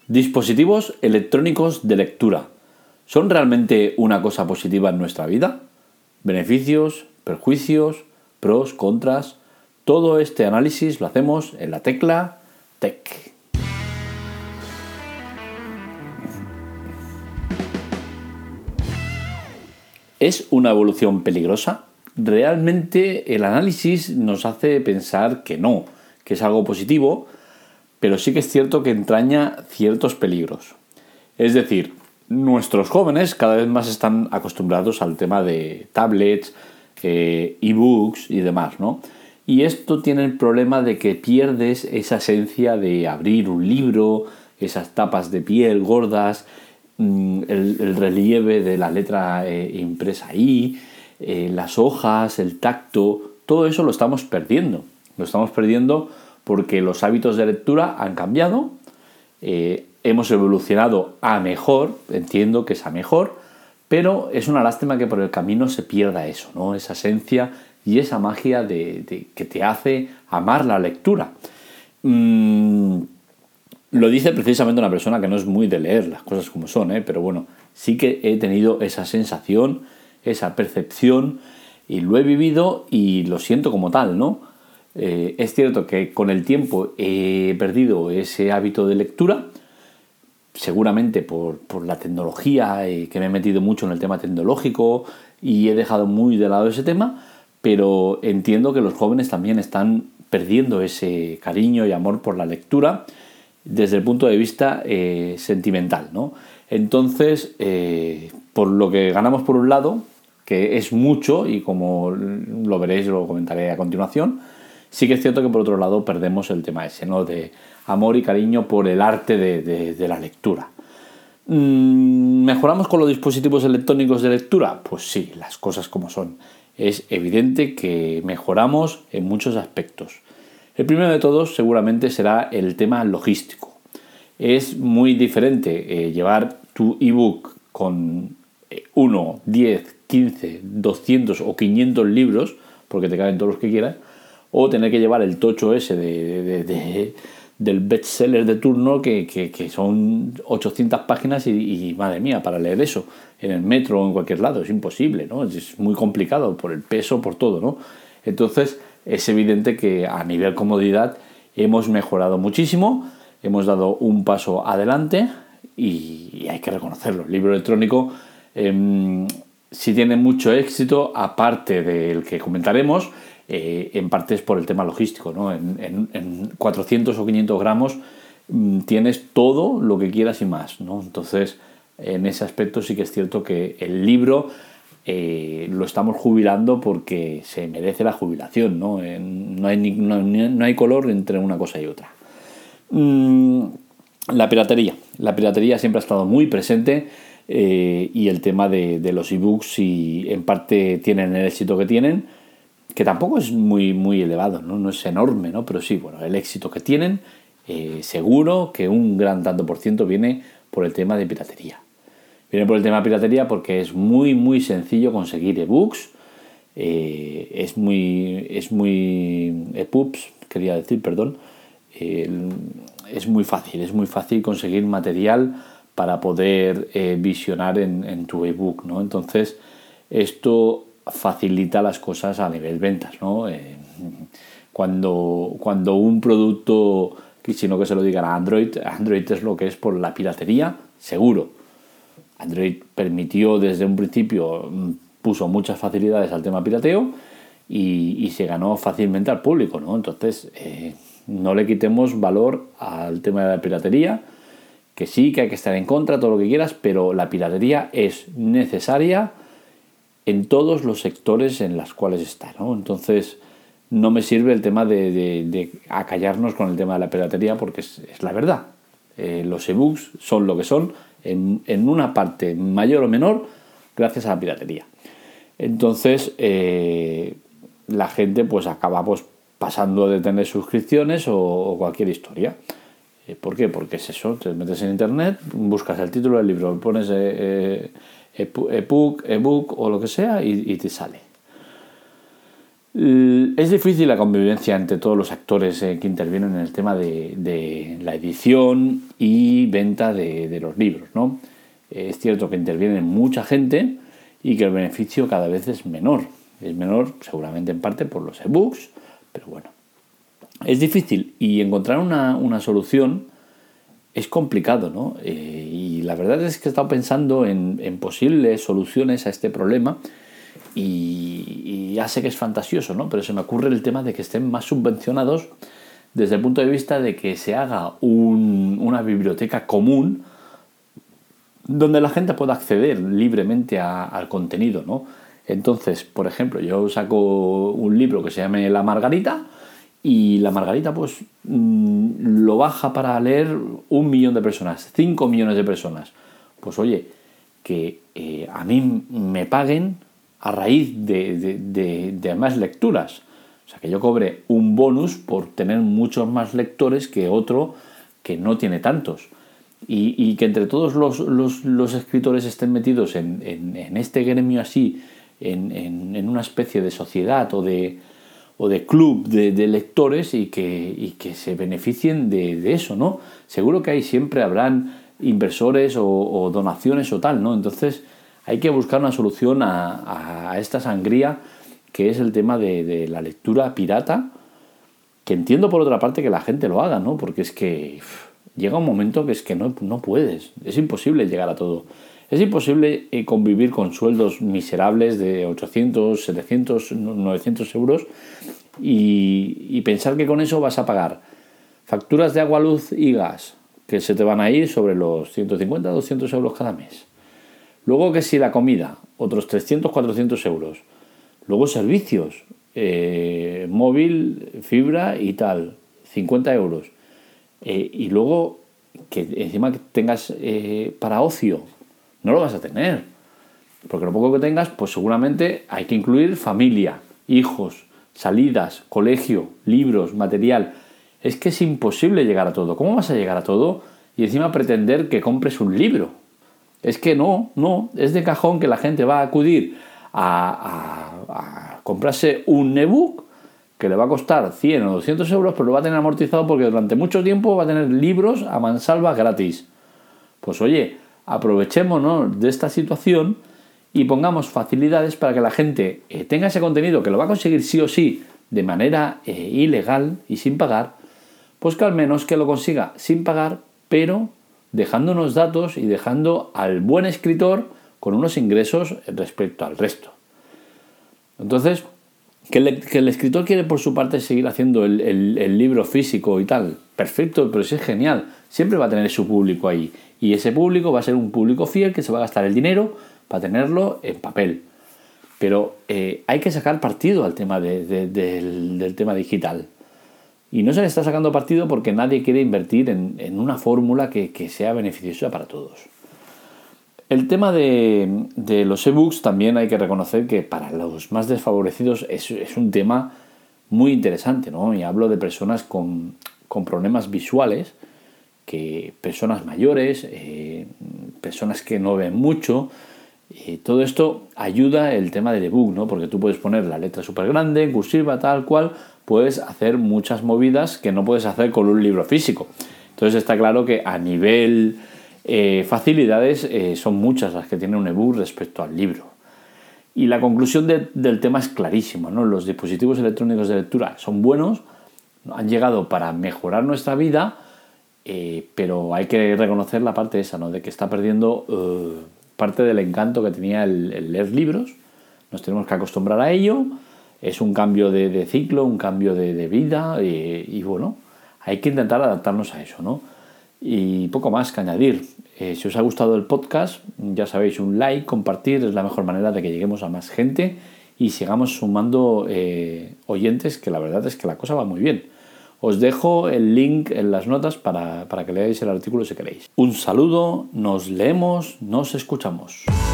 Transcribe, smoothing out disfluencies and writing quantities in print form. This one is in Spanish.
Dispositivos electrónicos de lectura. ¿Son realmente una cosa positiva en nuestra vida? Beneficios, perjuicios, pros, contras. Todo este análisis lo hacemos en la tecla Tech. ¿Es una evolución peligrosa? Realmente el análisis nos hace pensar que no, que es algo positivo, pero sí que es cierto que entraña ciertos peligros. Es decir, nuestros jóvenes cada vez más están acostumbrados al tema de tablets, ebooks y demás, ¿no? Y esto tiene el problema de que pierdes esa esencia de abrir un libro, esas tapas de piel gordas, el relieve de la letra impresa ahí, las hojas, el tacto, todo eso lo estamos perdiendo. Lo estamos perdiendo porque los hábitos de lectura han cambiado, hemos evolucionado a mejor, entiendo que es a mejor, pero es una lástima que por el camino se pierda eso, ¿no? Esa esencia y esa magia que te hace amar la lectura. Lo dice precisamente una persona que no es muy de leer las cosas como son, pero bueno, sí que he tenido esa sensación, esa percepción, y lo he vivido y lo siento como tal, ¿no? Es cierto que con el tiempo he perdido ese hábito de lectura, seguramente por la tecnología, que me he metido mucho en el tema tecnológico y he dejado muy de lado ese tema, pero entiendo que los jóvenes también están perdiendo ese cariño y amor por la lectura desde el punto de vista sentimental, ¿no? Entonces, por lo que ganamos por un lado, que es mucho, y como lo veréis, lo comentaré a continuación, sí que es cierto que por otro lado perdemos el tema ese, ¿no? De amor y cariño por el arte de la lectura. ¿Mejoramos con los dispositivos electrónicos de lectura? Pues sí, las cosas como son. Es evidente que mejoramos en muchos aspectos. El primero de todos seguramente será el tema logístico. Es muy diferente llevar tu ebook con 1, 10, 15, 200 o 500 libros, porque te caben todos los que quieras, o tener que llevar el tocho ese del bestseller de turno que son 800 páginas y madre mía, para leer eso en el metro o en cualquier lado es imposible, ¿no? Es muy complicado por el peso, por todo, ¿no? Entonces es evidente que a nivel comodidad hemos mejorado muchísimo, hemos dado un paso adelante y hay que reconocerlo. El libro electrónico sí tiene mucho éxito, aparte del que comentaremos, en parte es por el tema logístico, ¿no? En 400 o 500 gramos tienes todo lo que quieras y más, ¿no? Entonces, en ese aspecto sí que es cierto que el libro lo estamos jubilando porque se merece la jubilación, ¿no? No hay color entre una cosa y otra. La piratería siempre ha estado muy presente, y el tema de los ebooks, y en parte tienen el éxito que tienen, que tampoco es muy, muy elevado, ¿no? No es enorme, ¿no? Pero sí, bueno, el éxito que tienen, seguro que un gran tanto por ciento viene por el tema de piratería. Viene por el tema de piratería porque es muy, muy sencillo conseguir ebooks, es muy EPUBs, quería decir, perdón, es muy fácil conseguir material para poder visionar en tu ebook, ¿no? Entonces, esto facilita las cosas a nivel ventas, ¿no? Cuando un producto, sino que se lo digan a Android es lo que es por la piratería, seguro. Android permitió desde un principio, puso muchas facilidades al tema pirateo y se ganó fácilmente al público, ¿no? Entonces, no le quitemos valor al tema de la piratería, que sí, que hay que estar en contra, todo lo que quieras, pero la piratería es necesaria en todos los sectores en los cuales está, ¿no? Entonces, no me sirve el tema de acallarnos con el tema de la piratería, porque es la verdad. Los ebooks son lo que son, en una parte mayor o menor, gracias a la piratería. Entonces, la gente pues acaba pues pasando de tener suscripciones o cualquier historia. ¿Por qué? Porque es eso, te metes en internet, buscas el título del libro, pones ebook o lo que sea y te sale. Es difícil la convivencia entre todos los actores que intervienen en el tema de la edición y venta de los libros, ¿no? Es cierto que interviene mucha gente y que el beneficio cada vez es menor. Es menor seguramente en parte por los ebooks, pero bueno. Es difícil y encontrar una solución es complicado, ¿no? Y la verdad es que he estado pensando en posibles soluciones a este problema y ya sé que es fantasioso, ¿no? Pero se me ocurre el tema de que estén más subvencionados desde el punto de vista de que se haga una biblioteca común donde la gente pueda acceder libremente al contenido, ¿no? Entonces, por ejemplo, yo saco un libro que se llame La Margarita y La Margarita pues lo baja para leer 1 millón de personas, 5 millones de personas. Pues oye, que a mí me paguen a raíz de más lecturas. O sea, que yo cobre un bonus por tener muchos más lectores que otro que no tiene tantos. Y que entre todos los escritores estén metidos en este gremio así, en una especie de sociedad o de club de lectores y que se beneficien de eso, ¿no? Seguro que ahí siempre habrán inversores o donaciones o tal, ¿no? Entonces hay que buscar una solución a esta sangría que es el tema de la lectura pirata, que entiendo por otra parte que la gente lo haga, ¿no? Porque es que llega un momento que es que no puedes, es imposible llegar a todo. Es imposible convivir con sueldos miserables de 800, 700, 900 euros y pensar que con eso vas a pagar facturas de agua, luz y gas que se te van a ir sobre los 150, 200 euros cada mes. Luego que si la comida, otros 300, 400 euros. Luego servicios, móvil, fibra y tal, 50 euros. Y luego que encima que tengas para ocio, no lo vas a tener. Porque lo poco que tengas, pues seguramente hay que incluir familia, hijos, salidas, colegio, libros, material. Es que es imposible llegar a todo. ¿Cómo vas a llegar a todo y encima pretender que compres un libro? Es que no, es de cajón que la gente va a acudir a comprarse un ebook que le va a costar 100 o 200 euros, pero lo va a tener amortizado porque durante mucho tiempo va a tener libros a mansalva gratis. Pues oye, aprovechémonos de esta situación y pongamos facilidades para que la gente tenga ese contenido que lo va a conseguir sí o sí de manera ilegal y sin pagar, pues que al menos que lo consiga sin pagar, pero dejando unos datos y dejando al buen escritor con unos ingresos respecto al resto. Entonces, que el escritor quiere por su parte seguir haciendo el libro físico y tal, perfecto, pero sí es genial, siempre va a tener su público ahí y ese público va a ser un público fiel que se va a gastar el dinero para tenerlo en papel. Pero hay que sacar partido al tema del tema digital. Y no se le está sacando partido porque nadie quiere invertir en una fórmula que sea beneficiosa para todos. El tema de los ebooks también hay que reconocer que para los más desfavorecidos es un tema muy interesante, ¿no? Y hablo de personas con problemas visuales, que personas mayores, personas que no ven mucho. Todo esto ayuda el tema del ebook, ¿no? Porque tú puedes poner la letra súper grande, en cursiva, tal cual, puedes hacer muchas movidas que no puedes hacer con un libro físico. Entonces está claro que a nivel facilidades son muchas las que tiene un ebook respecto al libro. Y la conclusión del tema es clarísima, ¿no? Los dispositivos electrónicos de lectura son buenos, han llegado para mejorar nuestra vida, pero hay que reconocer la parte esa, ¿no? De que está perdiendo parte del encanto que tenía el leer libros. Nos tenemos que acostumbrar a ello. Es un cambio de ciclo, un cambio de vida y bueno, hay que intentar adaptarnos a eso, ¿no? Y poco más que añadir. Si os ha gustado el podcast, ya sabéis, un like, compartir es la mejor manera de que lleguemos a más gente y sigamos sumando oyentes, que la verdad es que la cosa va muy bien. Os dejo el link en las notas para que leáis el artículo si queréis. Un saludo, nos leemos, nos escuchamos.